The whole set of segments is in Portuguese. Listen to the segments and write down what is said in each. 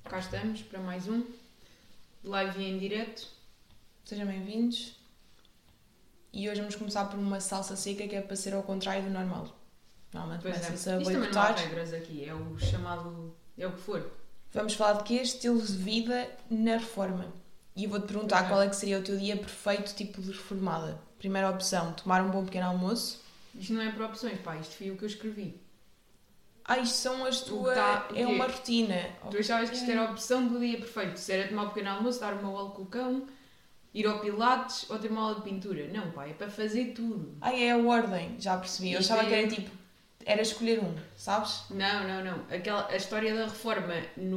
cá estamos para mais um live e em direto. Sejam bem-vindos. E hoje vamos começar por uma salsa seca que é para ser ao contrário do normal. Normalmente começa-se a Isto também não boicotar. há regras aqui, é o chamado... é o que for. Vamos falar de quê? Estilos de vida na reforma. E eu vou-te perguntar qual é que seria o teu dia perfeito tipo de reformada. Primeira opção, tomar um bom pequeno almoço. Isto não é por opções, pá, isto foi o que eu escrevi. Isto são as tuas... o é quê? uma rotina. Tu achavas que isto era a opção do dia perfeito? Se era tomar um pequeno almoço, dar uma aula com o cão, ir ao Pilates ou ter uma aula de pintura. Não, pá, é para fazer tudo. É a ordem, já percebi. Eu Isto achava que é- era tipo... Era escolher um, sabes? Não. A história da reforma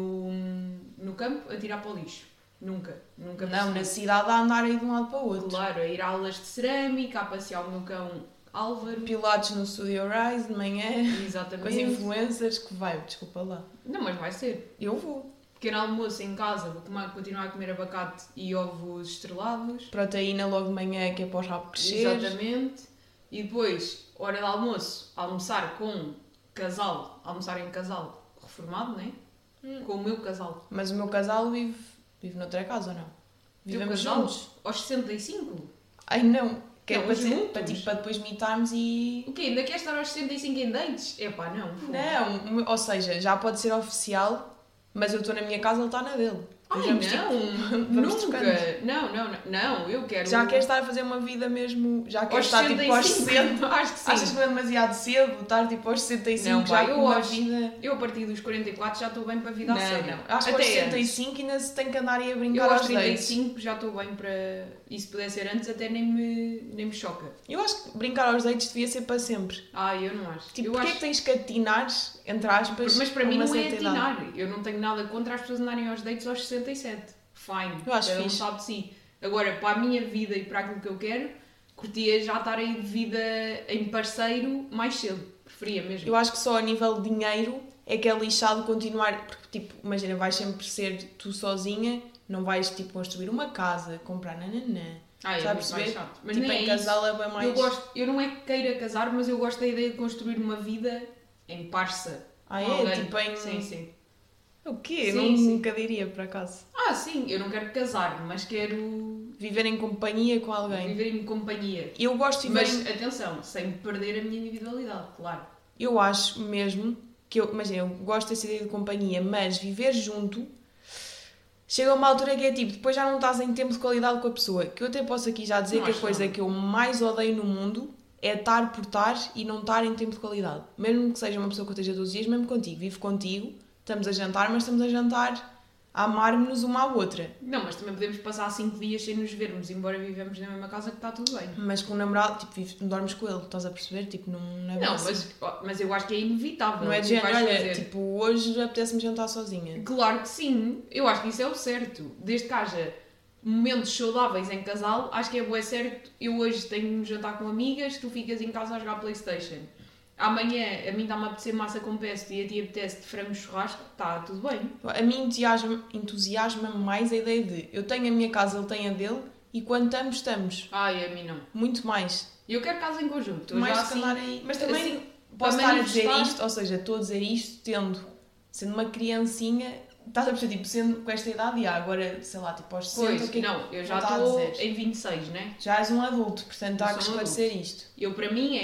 no campo, a tirar para o lixo. Nunca Não, percebi. na cidade a andar aí de um lado para o outro. Claro, a ir a aulas de cerâmica, a passear o meu cão Álvaro. Pilates no Studio Rise de manhã. Com as Exatamente. influências que vai, desculpa lá. Não, mas vai ser. Eu vou. Pequeno almoço em casa, vou continuar a comer abacate e ovos estrelados. Proteína logo de manhã que é para o rabo crescer. Exatamente. E depois, hora de almoço, almoçar com casal, almoçar em casal reformado, não é? Com o meu casal. Mas o meu casal vive noutra casa ou não? Teu Vivemos casal? juntos. Aos 65? Ai não. Que é Não, para, ter, juntos. para depois mitarmos e... O quê? Ainda queres estar aos 65 em dentes? Epá, não. fogo. Não, ou seja, já pode ser oficial, mas eu estou na minha casa, ele está na dele. Ai, Vamos, não. vamos Nunca. trocando. Não, eu quero... Já queres estar a fazer uma vida mesmo... Já queres aos estar tipo aos 65? 60? Acho que sim. Achas que não é demasiado cedo estar tipo aos 65 Não, já pá, com eu uma acho- vida... Eu a partir dos 44 já estou bem para a vida a Não, sério. não. Acho que aos Até antes. 65 ainda se tem que andar aí a Eu brincar aos aos dentes. 35 já estou bem para... E se puder ser antes até nem me choca. Eu acho que brincar aos dates devia ser para sempre. Eu não acho. Tipo, eu porquê acho... é que tens que atinar, entre aspas, Mas para a mim uma não é certa idade? atinar. Eu não tenho nada contra as pessoas andarem aos dates aos 67. Fine. Eu acho Cada um fixe. sabe de si. Agora, para a minha vida e para aquilo que eu quero, curtia já estar aí de vida em parceiro mais cedo. Preferia mesmo. Eu acho que só a nível de dinheiro é que é lixado continuar... Porque, tipo, imagina, vais sempre ser tu sozinha, não vais, tipo, construir uma casa, comprar nananã. É Já muito mais perceber? chato. Mas Tipo, nem em é casal isso. é bem mais... Eu não é que queira casar, mas eu gosto da ideia de construir uma vida em parça. com é? alguém. Tipo em... Sim. O quê? Sim, Nunca diria, por acaso. Sim, eu não quero casar, mas quero Viver em companhia com alguém. viver em companhia. Eu gosto de viver Mas, atenção, sem perder a minha individualidade, claro. Eu acho mesmo que imagina, eu gosto dessa ideia de companhia, mas viver junto chega a uma altura que é tipo, depois já não estás em tempo de qualidade com a pessoa. Que eu até posso aqui já dizer Não que a acho coisa nada. que eu mais odeio no mundo é estar por estar e não estar em tempo de qualidade. Mesmo que seja uma pessoa que eu esteja todos os dias, mesmo contigo, vivo contigo, estamos a jantar, mas estamos a jantar a amar-nos uma à outra. Não, mas também podemos passar 5 dias sem nos vermos, embora vivamos na mesma casa que está tudo bem. Mas com o namorado, tipo, dormes com ele, estás a perceber? Tipo, não é bem Não, assim. mas eu acho que é inevitável. Não é o de que género, vais olha, fazer. tipo, hoje apetece-me jantar sozinha. Claro que sim, eu acho que isso é o certo. Desde que haja momentos saudáveis em casal, acho que é bué certo. Eu hoje tenho um jantar com amigas, tu ficas em casa a jogar Playstation. Amanhã a mim está-me a apetecer massa com pesto e a ti apetece de frango churrasco, está tudo bem. A mim entusiasma-me mais a ideia de eu tenho a minha casa, ele tem a dele e quando estamos. A mim não. Muito mais. Eu quero casa em conjunto. Eu Mais já que assim, andar aí. Mas também assim, posso para estar a dizer manifestar- isto, ou seja, estou a dizer isto sendo uma criancinha, estás a perceber, tipo, sendo com esta idade e agora, sei lá, tipo aos 60, Pois, o que é que não, eu já está a estou dizer? em 26, né? Já és um adulto, portanto há Eu que sou um esclarecer isto. Eu, para mim,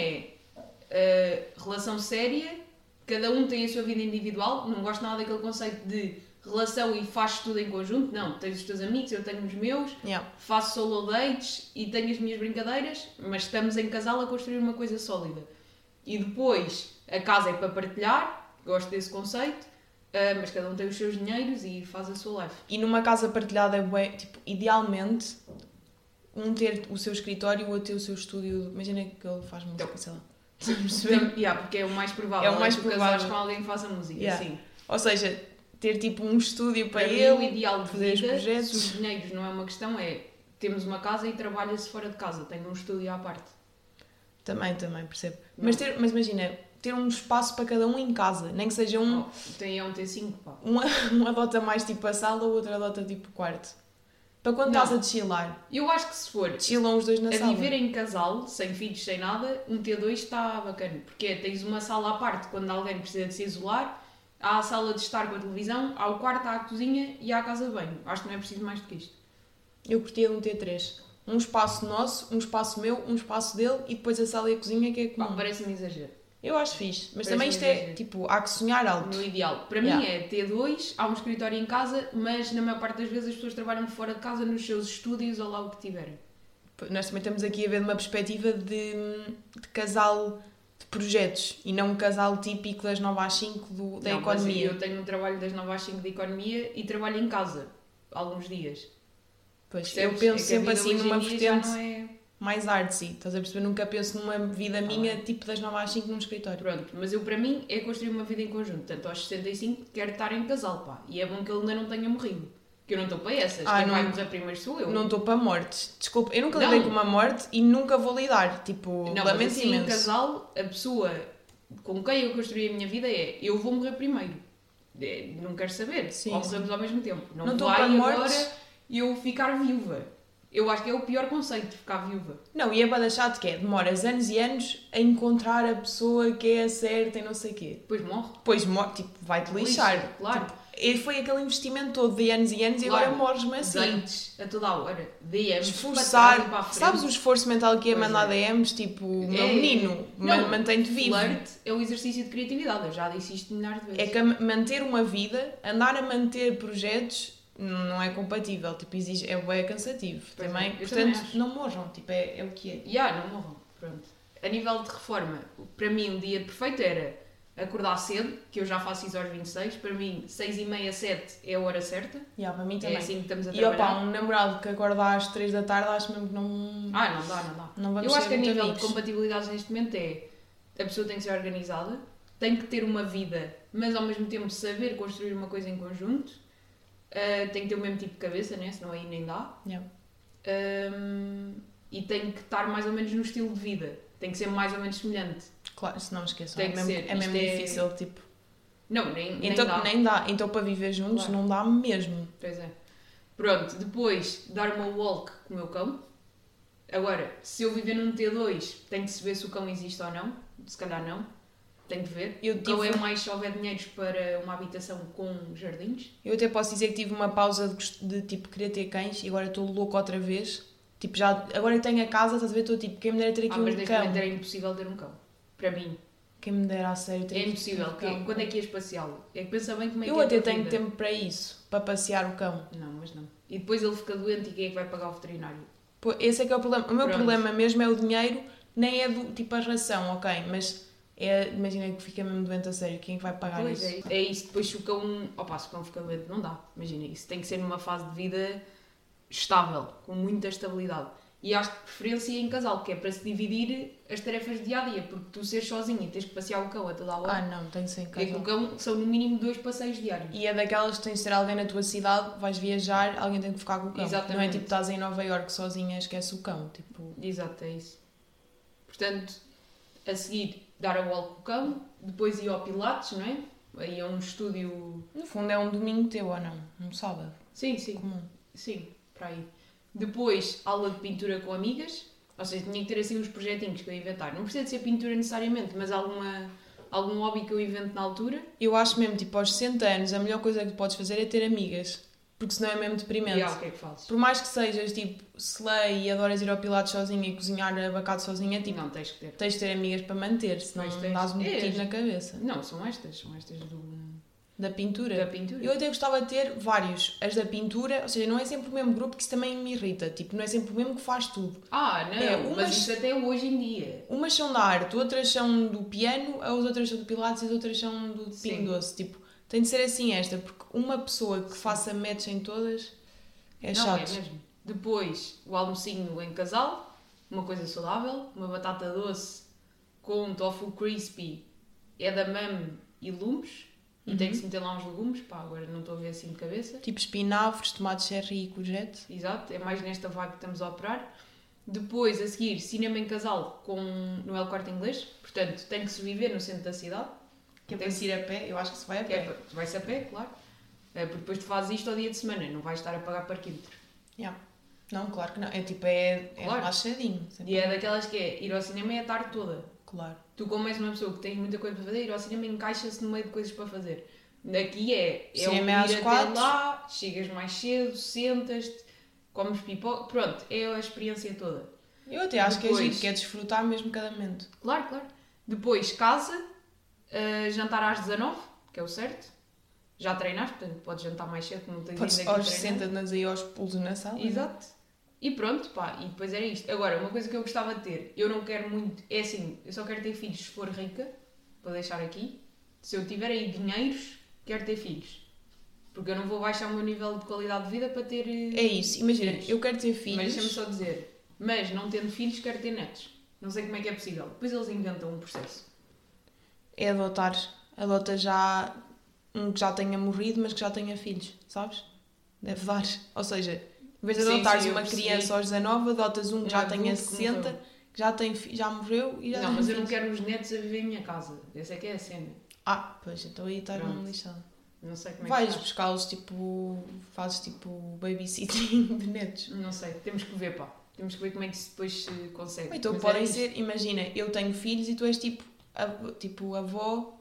relação séria, cada um tem a sua vida individual, não gosto nada daquele conceito de relação e fazes tudo em conjunto, não, tens os teus amigos, eu tenho os meus, Yeah. faço solo dates e tenho as minhas brincadeiras, mas estamos em casal a construir uma coisa sólida. E depois, a casa é para partilhar, gosto desse conceito, mas cada um tem os seus dinheiros e faz a sua life. E numa casa partilhada é bué, tipo, idealmente, um ter o seu escritório e o outro ter o seu estúdio. Imagina que ele faz música, Então, sei lá. Perceber? Porque é o mais provável. É o mais tu provável. casares com alguém que faça música, Yeah. sim. Ou seja, ter tipo um estúdio para Para mim, ele, o ideal de fazer os vida, projetos. se os dinheiros não é uma questão, é temos uma casa e trabalha-se fora de casa, tenho um estúdio à parte. Também, percebo. Não. Mas imagina, ter um espaço para cada um em casa, nem que seja Tem um T5, pá. um adota mais tipo a sala, o outro adota tipo o quarto. Para quando Não. estás a chilar, Eu acho que se for chilam os dois na a sala. viver em casal, sem filhos, sem nada, um T2 está bacana. Porque tens uma sala à parte quando alguém precisa de se isolar há a sala de estar com a televisão, há o quarto, há a cozinha e há a casa de banho. Acho que não é preciso mais do que isto. Eu curtia de um T3. Um espaço nosso, um espaço meu, um espaço dele e depois a sala e a cozinha que é comum. Parece-me exagero. Eu acho fixe, mas Parece também isto é, tipo, há que sonhar alto. No ideal. Para mim é T2, há um escritório em casa, mas na maior parte das vezes as pessoas trabalham fora de casa nos seus estúdios ou lá o que tiverem. Nós também estamos aqui a ver de uma perspectiva de casal de projetos e não um casal típico das 9 às 5 da economia. Mas eu tenho um trabalho das 9 às 5 de economia e trabalho em casa, alguns dias. Pois, Percebes? eu penso sempre assim numa vertente é... mais artsy, estás a perceber? Nunca penso numa vida minha tipo das 9 às 5 num escritório. Pronto, mas eu para mim é construir uma vida em conjunto. Portanto, aos 65 quero estar em casal, pá. E é bom que ele ainda não tenha morrido. Que eu não estou para essas. Quem vai morrer primeiro sou eu. Não estou para mortes. Desculpa, eu nunca lidei com uma morte e nunca vou lidar. Tipo, não, mas assim, em casal, a pessoa com quem eu construí a minha vida é eu vou morrer primeiro. Não quero saber. Sim, ou morremos ao mesmo tempo. Não estou vai para agora mortes. eu ficar viúva. Eu acho que é o pior conceito de ficar viúva. Não, e é para deixar de que é, demoras anos e anos a encontrar a pessoa que é a certa e não sei o quê. Depois morre. Depois morre, tipo, vai-te lixar. Claro. Tipo, e foi aquele investimento todo de anos e anos e agora morres-me assim. Dentes a toda a hora. DMs. Esforçar. Para sabes o esforço mental que é mandar DMs? Tipo, meu menino, mantém-te vivo. Flerte é um exercício de criatividade. Eu já disse isto milhares de vezes. É que manter uma vida, andar a manter projetos, não é compatível. Tipo, exige, é bem cansativo. Também. Portanto, também não morram. Tipo, é o que é. Não morram. Pronto. A nível de reforma, para mim um dia perfeito era acordar cedo, que eu já faço isso aos 26. Para mim, 6h30, 7 é a hora certa. Para mim também. É assim que estamos a trabalhar. trabalhar. E um namorado que acorda às 3 da tarde, acho mesmo que não... Não dá. Não vamos eu acho que a nível amigos. de compatibilidades neste momento a pessoa tem que ser organizada, tem que ter uma vida, mas ao mesmo tempo saber construir uma coisa em conjunto. Tem que ter o mesmo tipo de cabeça, né? Senão aí nem dá. E tem que estar mais ou menos no estilo de vida. Tem que ser mais ou menos semelhante. Claro, se não me esqueçam. Tem que ser. É mesmo difícil, tipo... Não, nem dá. Nem dá. Então para viver juntos não dá mesmo. Pois é. Pronto, depois dar uma walk com o meu cão. Agora, se eu viver num T2, tem que se ver se o cão existe ou não. Se calhar não. Tem de ver. O cão é mais se houver dinheiros para uma habitação com jardins. Eu até posso dizer que tive uma pausa de tipo querer ter cães e agora estou louco outra vez. Tipo, agora que tenho a casa, estás a ver, estou tipo, quem me dera ter aqui um cão. Mas neste momento era impossível ter um cão. Para mim. Quem me dera a sério ter impossível. Um cão. Quando é que ias passeá-lo? É que pensa bem como é que eu até tenho tempo para isso, para passear o cão. Não, mas não. E depois ele fica doente e quem é que vai pagar o veterinário? Pô, esse é que é o problema. O meu problema mesmo é o dinheiro, nem é do tipo a ração, ok, mas imagina que fica mesmo doente a sério, quem vai pagar isso? É isso. Depois se o cão fica doente, não dá. Imagina, isso tem que ser numa fase de vida estável, com muita estabilidade. E acho que preferência em casal, que é para se dividir as tarefas de dia-a-dia, porque tu seres sozinha e tens que passear o cão a toda a hora. Não, tem que ser em casal. É que o cão são no mínimo 2 passeios diários. E é daquelas que tens de ter alguém na tua cidade, vais viajar, alguém tem que ficar com o cão. Exatamente. Não é tipo estás em Nova Iorque sozinha, esquece o cão. Tipo... Exato, é isso. Portanto, a seguir, dar a volta com o cão, depois ir ao Pilates, não é? Aí é um estúdio... No fundo é um domingo teu, ou não? Um sábado. Sim. Comum. Sim, para aí. Depois, aula de pintura com amigas. Ou seja, tinha que ter assim uns projetinhos que eu ia inventar. Não precisa de ser pintura necessariamente, mas algum hobby que eu invento na altura. Eu acho mesmo, tipo, aos 60 anos, a melhor coisa que podes fazer é ter amigas. Porque senão é mesmo deprimente. O que é que fazes? Por mais que sejas, tipo, slay e adoras ir ao Pilates sozinha e cozinhar abacate sozinha, tipo... Não, tens que ter. Tens de ter amigas para manter, senão dás um tiro na cabeça. Não, são estas Da pintura? Da pintura. Eu até gostava de ter vários. As da pintura, ou seja, não é sempre o mesmo grupo, que isso também me irrita. Tipo, não é sempre o mesmo que faz tudo. Não, mas isso até hoje em dia. Umas são da arte, outras são do piano, as outras são do Pilates e as outras são do Pingo Doce. Tipo, tem de ser assim esta, porque uma pessoa que faça match em todas é chato. É mesmo. Depois, o almocinho em casal, uma coisa saudável, uma batata doce com um tofu crispy, edamame e legumes. E tem que se meter lá uns legumes, agora não estou a ver assim de cabeça. Tipo espinafres, tomate cherry e courgette. Exato, é mais nesta vibe que estamos a operar. Depois, a seguir, cinema em casal no El Corte Inglês. Portanto, tem que se viver no centro da cidade. Que é para se ir a pé, eu acho que se vai a pé. Vai-se a pé, claro. Porque depois tu fazes isto ao dia de semana, não vais estar a pagar parquímetro. Não, claro que não. É tipo, é claro. relaxadinho. E é daquelas que é, ir ao cinema é a tarde toda. Claro. Tu, como és uma pessoa que tens muita coisa para fazer, ir ao cinema encaixa-se no meio de coisas para fazer. Aqui é Cinema o às ir até 4. lá, chegas mais cedo, sentas-te, comes pipoca, pronto, é a experiência toda. Eu até acho que é Depois- giro, que é desfrutar mesmo cada momento. Claro, claro. Depois casa, jantar às 19, que é o certo. Já treinaste, portanto podes jantar mais cedo, que não tens Podes ainda aqui aos treinando. 60 aí aos pulos na sala. Exato. E pronto, pá, e depois era isto. Agora, uma coisa que eu gostava de ter, eu não quero muito, é assim, eu só quero ter filhos se for rica, para deixar aqui. Se eu tiver aí dinheiros, quero ter filhos. Porque eu não vou baixar o meu nível de qualidade de vida para ter. É isso, imagina, filhos. eu quero ter filhos. Mas deixa-me só dizer, mas não tendo filhos, quero ter netos. Não sei como é que é possível. Depois eles inventam um processo. É adotar. Adota já um que já tenha morrido, mas que já tenha filhos, sabes? Deve dar. Ou seja, em vez de Sim, adotares sim, eu uma percebi. criança aos 19, adotas um que já Um tenha adulto que 60, morreu. que já, já morreu e já Não, tem mas eu não filhos. quero os netos a viver em minha casa. Essa é que é a cena. Ah, pois, então aí estás Pronto. mesmo lixado. Não sei como é Vais que faz. buscá-los, tipo, fazes tipo babysitting de netos. Não sei, temos que ver, pá. Temos que ver como é que isso depois se consegue. Ou então Mas podem era isto. ser, imagina, eu tenho filhos e tu és tipo avó,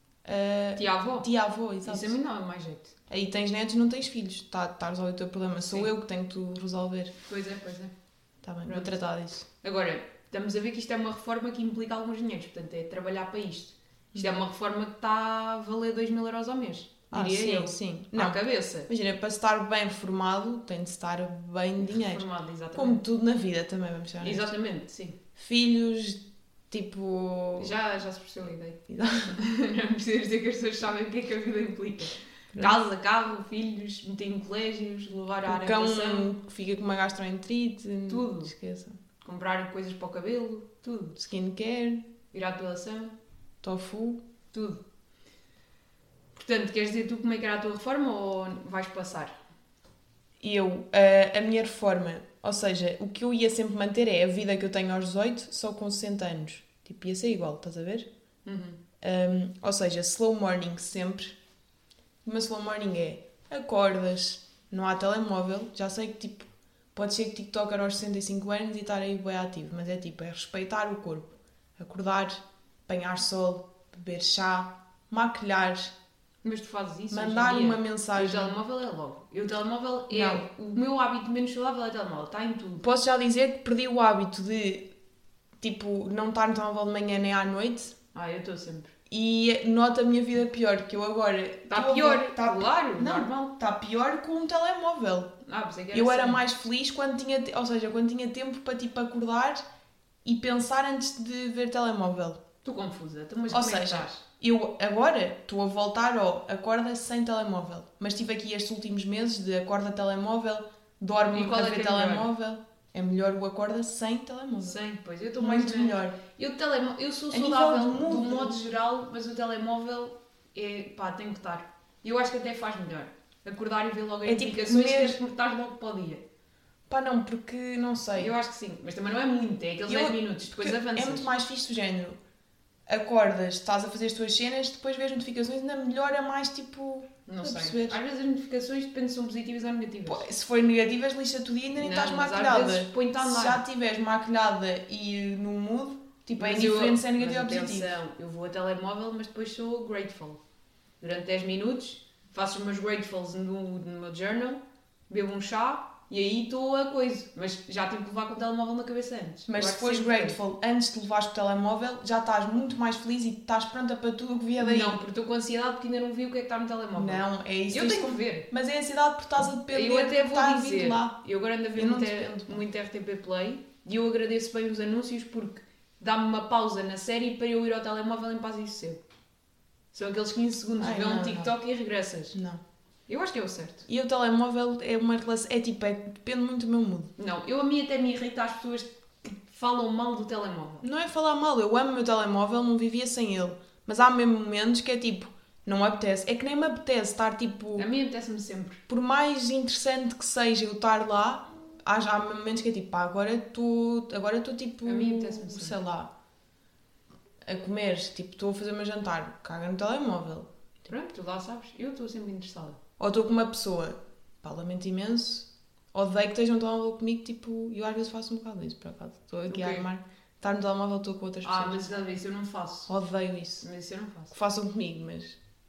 Tia-avó. tia-avó, exato. Isso a mim não é mais jeito. Aí tens netos, não tens filhos. Está a resolver o teu problema. Sou Sim. eu que tenho que tu resolver. Pois é, pois é. Está bem, vou Pronto. tratar disso. Agora, estamos a ver que isto é uma reforma que implica alguns dinheiros. Portanto, é trabalhar para isto. Isto é uma reforma que está a valer 2.000 euros ao mês. Diria sim, eu. sim. À Não, cabeça. imagina, para estar bem reformado, tem de estar bem de dinheiro. Reformado, exatamente. Como tudo na vida também, vamos chamar. Exatamente, sim. Filhos, tipo... Já se percebeu a ideia. Exato. Não precisa dizer que as pessoas sabem o que é que a vida implica. Casa, carro, filhos, meter em colégios, levar à O cão alimentação, que fica com uma gastroenterite. Tudo. Esqueçam. comprar coisas para o cabelo, tudo. Skincare, Ir à depilação, tofu. tudo. Portanto, queres dizer tu como é que era a tua reforma ou vais passar? A minha reforma, ou seja, o que eu ia sempre manter é a vida que eu tenho aos 18, só com 60 anos. Tipo, ia ser igual, estás a ver? Ou seja, slow morning sempre. Uma slow morning é acordas, não há telemóvel. Já sei que tipo, pode ser que TikToker aos 65 anos e estar aí bem ativo, mas é tipo, é respeitar o corpo. Acordar, apanhar sol, beber chá, maquilhar, Mas tu fazes isso mandar hoje em dia? uma O mensagem. telemóvel é logo. E o telemóvel é... Não. O meu hábito menos saudável é telemóvel. Está em tudo. Posso já dizer que perdi o hábito de tipo, não estar no telemóvel de manhã nem à noite Eu estou sempre. e noto a minha vida pior, que eu agora... Está pior. Claro, Não, normal. está pior com um telemóvel. Pensei que era Eu era assim. mais feliz quando tinha, ou seja, quando tinha tempo para tipo acordar e pensar antes de ver telemóvel. Estou confusa. Então, mas Ou como é que seja, estás? eu agora estou a voltar ao acorda sem telemóvel, mas tive aqui estes últimos meses de acorda telemóvel, dorme E qual a é ver que é melhor? telemóvel. É melhor o acorda sem telemóvel. Sim, pois. Eu estou mais... Muito melhor. Eu sou A nível saudável de do mood. modo geral, mas o telemóvel é... tem que estar. Eu acho que até faz melhor. Acordar e ver logo as É tipo notificações comer- que despertar logo para o dia. Pá, não, porque não sei. Eu acho que sim. Mas também não é muito. É aqueles Eu- 10 minutos. Depois Porque avanças. é muito mais fixe do género. Acordas, estás a fazer as tuas cenas, depois vês notificações, ainda melhora mais tipo. Não Para sei. perceber. Às vezes as notificações dependem se são positivas ou negativas. Pô, se for negativas, lixa-te o dia e ainda nem Não, estás mas às maquilhada. vezes põe-te a andar. Se já estiveres maquilhada e no mood, tipo, é Mas indiferente se é negativo ou mas positivo. atenção, eu vou a telemóvel, mas depois sou grateful. Durante 10 minutos, faço os meus gratefuls no meu journal, bebo um chá e aí estou a coisa. Mas já tive que levar com o telemóvel na cabeça antes. Mas Eu se acho fores que sempre grateful antes de levares o telemóvel, já estás muito mais feliz e estás pronta para tudo o que vier daí. Não, porque estou com ansiedade porque ainda não vi o que é que está no telemóvel. Não, é isso. Eu tens tenho que como- ver. Mas é ansiedade porque estás a depender Eu até do que vou está a vir dizer, de lá. eu agora ando a ver Eu não muito, dependo, pá. muito RTP Play e eu agradeço bem os anúncios porque dá-me uma pausa na série para eu ir ao telemóvel em paz e sossego. São aqueles 15 segundos, Ai, vê um não, TikTok e regressas. Não. Eu acho que é o certo. E o telemóvel é uma relação. É tipo, depende muito do meu mood. Não, a mim até me irrita as pessoas que falam mal do telemóvel. Não é falar mal, eu amo o meu telemóvel, não vivia sem ele. Mas há mesmo momentos que é tipo, não me apetece. É que nem me apetece estar tipo. A mim apetece-me sempre. Por mais interessante que seja eu estar lá, há momentos que é tipo, pá, agora estou tipo, A mim apetece-me sempre. sei lá, a comer, tipo, estou a fazer o meu jantar, caga no telemóvel. Pronto, tu lá sabes, eu estou sempre interessada. Ou estou com uma pessoa, pá, lamento imenso, odeio que estejam no telemóvel comigo, tipo, eu às vezes faço um bocado disso, por acaso. Estou aqui a Ok. armar, estar no telemóvel estou com outras pessoas. Mas nada disso eu não faço. Odeio isso. Mas isso eu não faço. Que façam comigo, mas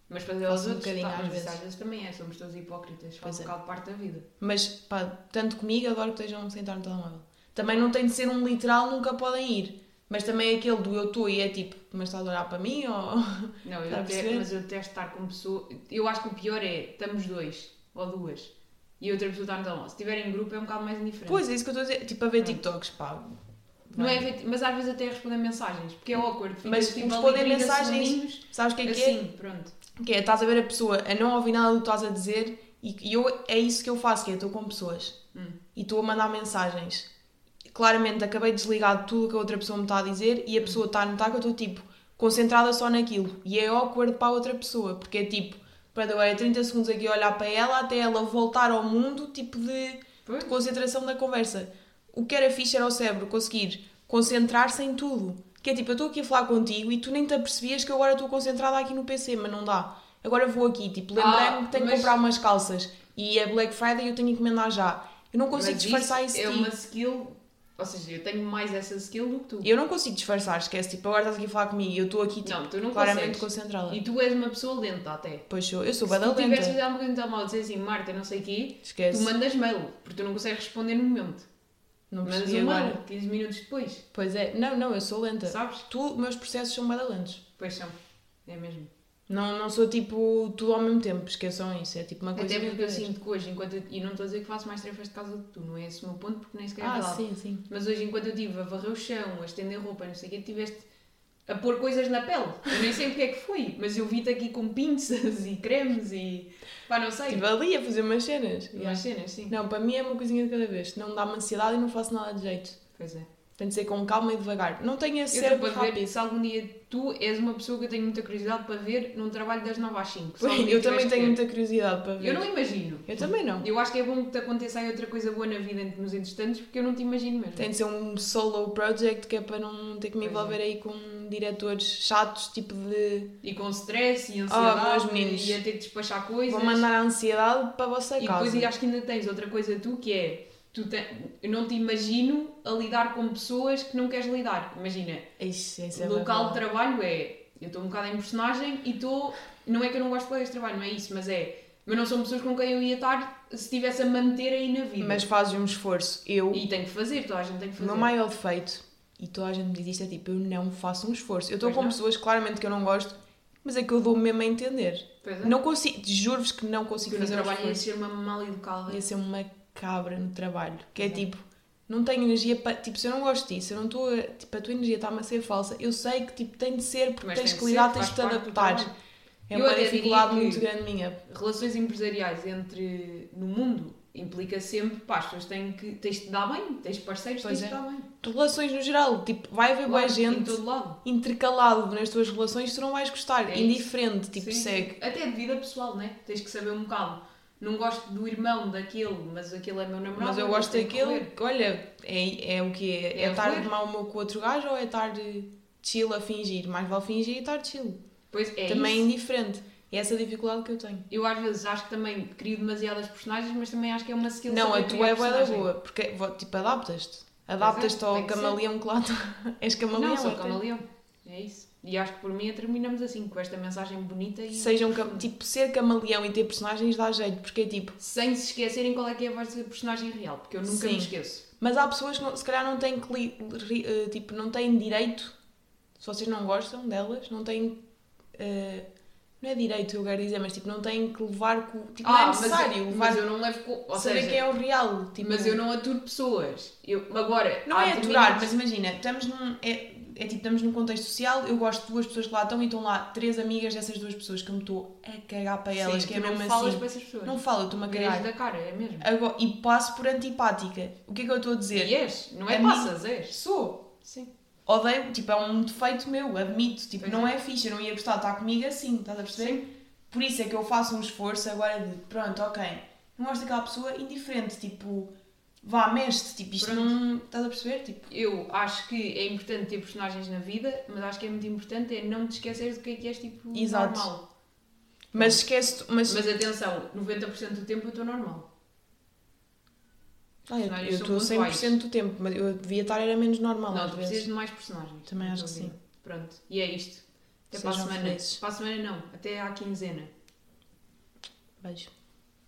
Mas fazer aos Faço um outros, bocadinho tá, às mas vezes. às vezes também é, somos todos hipócritas, faz Pois um é. bocado parte da vida. Mas, pá, tanto comigo, adoro que estejam a sentar no telemóvel. Também não tem de ser um literal, nunca podem ir. Mas também aquele do eu estou e é tipo, mas estás a olhar para mim ou... Não, Está a perceber? mas eu detesto estar com pessoa. Eu acho que o pior é, estamos dois ou duas e a outra pessoa está no telemóvel. Se estiver em grupo é um bocado mais indiferente. Pois, é isso que eu estou a dizer. Tipo, a ver TikToks, pá. Não é, mas às vezes até responder mensagens, porque é awkward. Ficas, Mas tipo, responder ali 30 mensagens, segundinhos, sabes o que é que é? assim, pronto. Que é, estás a ver a pessoa a não ouvir nada do que estás a dizer e eu, é isso que eu faço, que é, estou com pessoas e estou a mandar mensagens. Claramente acabei de desligar tudo o que a outra pessoa me está a dizer e a pessoa está a notar que eu estou tipo concentrada só naquilo e é awkward para a outra pessoa, porque é tipo, pronto, agora é 30 segundos aqui a olhar para ela até ela voltar ao mundo tipo de concentração da conversa. O que era fixe era o cérebro conseguir concentrar-se em tudo. Que é tipo, eu estou aqui a falar contigo e tu nem te apercebias que eu agora estou concentrada aqui no PC, mas não dá. Agora vou aqui, tipo, lembrei-me que tenho que comprar umas calças e é Black Friday e eu tenho que encomendar já. Eu não consigo disfarçar isso. É uma skill, ou seja, eu tenho mais essa skill do que tu. Eu não consigo disfarçar, esquece, tipo, agora estás aqui a falar comigo e eu estou aqui, tipo, não, tu não claramente consegues. concentrada. E tu és uma pessoa lenta até. Pois eu sou Se bada tu tivesse lenta. de dar uma coisa no telemóvel e dizer assim, Marta, não sei o quê, Esquece. tu mandas mail, porque tu não consegues responder no momento. Não Mandas percebi um agora. mail, 15 minutos depois. Pois é, não, eu sou lenta. Sabes? Meus processos são bada lentos. Pois são, é mesmo. Não sou tipo tudo ao mesmo tempo, esqueçam isso, é tipo uma coisa. Até porque eu sinto que hoje, e não estou a dizer que faço mais tarefas de casa do que tu, não é esse o meu ponto, porque nem sequer é verdade. Sim. Mas hoje, enquanto eu estive a varrer o chão, a estender roupa, não sei o quê, tiveste a pôr coisas na pele. Eu nem sei porque é que fui, mas eu vi-te aqui com pinças e cremes e... pá, não sei. Estive ali a fazer umas cenas. Umas cenas, sim. Não, para mim é uma coisinha de cada vez. Não me dá-me ansiedade e não faço nada de jeito. Pois é. Tem de ser com calma e devagar. Não tenho esse Eu estou cérebro para ver rápido. se algum dia tu és uma pessoa que eu tenho muita curiosidade para ver num trabalho das 9 às 5. Eu também tenho muita curiosidade para ver. Eu não imagino. Eu também não. Eu acho que é bom que te aconteça aí outra coisa boa na vida nos entretantos, porque eu não te imagino mesmo. Tem de ser um solo project que é para não ter que me envolver aí com diretores chatos, tipo de... E com stress e ansiedade meus meninos. e a ter de despachar coisas. Vou mandar a ansiedade para a vossa e casa. depois acho que ainda tens outra coisa tu que é... Eu não te imagino a lidar com pessoas que não queres lidar. Imagina, Isso o local de trabalho é... Eu estou um bocado em personagem e estou... Não é que eu não gosto de colegas de trabalho, não é isso, mas não são pessoas com quem eu ia estar se estivesse a manter aí na vida. Mas fazes um esforço. E tenho que fazer, toda a gente tem que O fazer. meu maior defeito, e toda a gente me diz isto, é tipo, eu não faço um esforço. Eu estou Pois com não. pessoas claramente que eu não gosto, mas é que eu dou-me mesmo a entender. Pois é. Não consigo, juro-vos que não consigo Porque no fazer um trabalho ia esforço. ser uma mal educada. Ia ser uma cabra no trabalho. Que é tipo, não tenho energia para... Tipo, se eu não gosto disso, eu não estou a... Tipo, a tua energia está-me a ser falsa. Eu sei que tipo, tem de ser, porque Mas tens tem que de lidar, ser, tens de te faz parte do adaptar. trabalho. É Eu uma até dificuldade diria muito que grande minha. Relações empresariais no mundo implica sempre, pá, as pessoas tens de dar bem, tens parceiros, Pois tens de dar bem. Relações no geral, tipo, vai haver boa Claro, em gente todo lado. intercalado nas tuas relações, tu não vais gostar. É Indiferente, tipo, Sim. segue. Até de vida pessoal, né? Tens que saber um bocado. Não gosto do irmão daquele, mas aquele é meu namorado. Mas eu gosto tenho que daquele, correr. que, olha, é o que é? É estar correr. de mau humor com o outro gajo ou é estar de chill a fingir? Mais vale fingir e estar de chill. Pois é Também é isso. indiferente. E essa é a dificuldade que eu tenho. Eu às vezes acho que também crio demasiadas personagens, mas também acho que é uma skill. Não, saber a tua criar é bué da personagem. boa, porque tipo, adaptas-te. Adaptas-te ao tem que ser. camaleão que lá és camaleão. Não, sou até. camaleão. É isso. E acho que por mim terminamos assim, com esta mensagem bonita e... Tipo, ser camaleão e ter personagens dá jeito, porque é tipo... Sem se esquecerem qual é que é a vossa personagem real, porque eu nunca Sim. me esqueço. Mas há pessoas que se calhar não têm tipo, não têm direito, se vocês não gostam delas, não têm... não é direito, eu quero dizer, mas tipo, não têm que levar... Tipo, não é necessário levar... Mas eu não levo... Ou saber seja, quem é o real. Tipo, mas eu não aturo pessoas. Agora, não é aturar, mas imagina, estamos num... tipo, estamos num contexto social, eu gosto de duas pessoas que lá estão e estão lá 3 amigas dessas 2 pessoas que eu me estou a cagar para elas, sim, que é tu mesmo não assim. falas para essas pessoas. Não falo, eu estou-me a Vês cagar. da cara, é mesmo. Agora, e passo por antipática. O que é que eu estou a dizer? E és, não é A mim- passas, és. Sou. Sim. Odeio, tipo, é um defeito meu, admito. Tipo, Pois não é. é fixe, eu não ia gostar de estar comigo assim, estás a perceber? Sim. Por isso é que eu faço um esforço agora de, pronto, ok, não gosto daquela pessoa indiferente, tipo, vá, mexe tipo, isto Pronto. não, estás a perceber? Tipo, Eu acho que é importante ter personagens na vida, mas acho que é muito importante é não te esqueceres do que és tipo Exato. normal. mas esquece, Mas atenção, 90% do tempo eu estou normal. eu personagens estou são 100% do tempo, mas eu devia estar era menos normal Não, às tu vezes. precisas de mais personagens. Também na acho tua que sim. vida. Pronto, e é isto. Até para a Sejam semana. felizes. Para a semana não, até à quinzena. Beijo.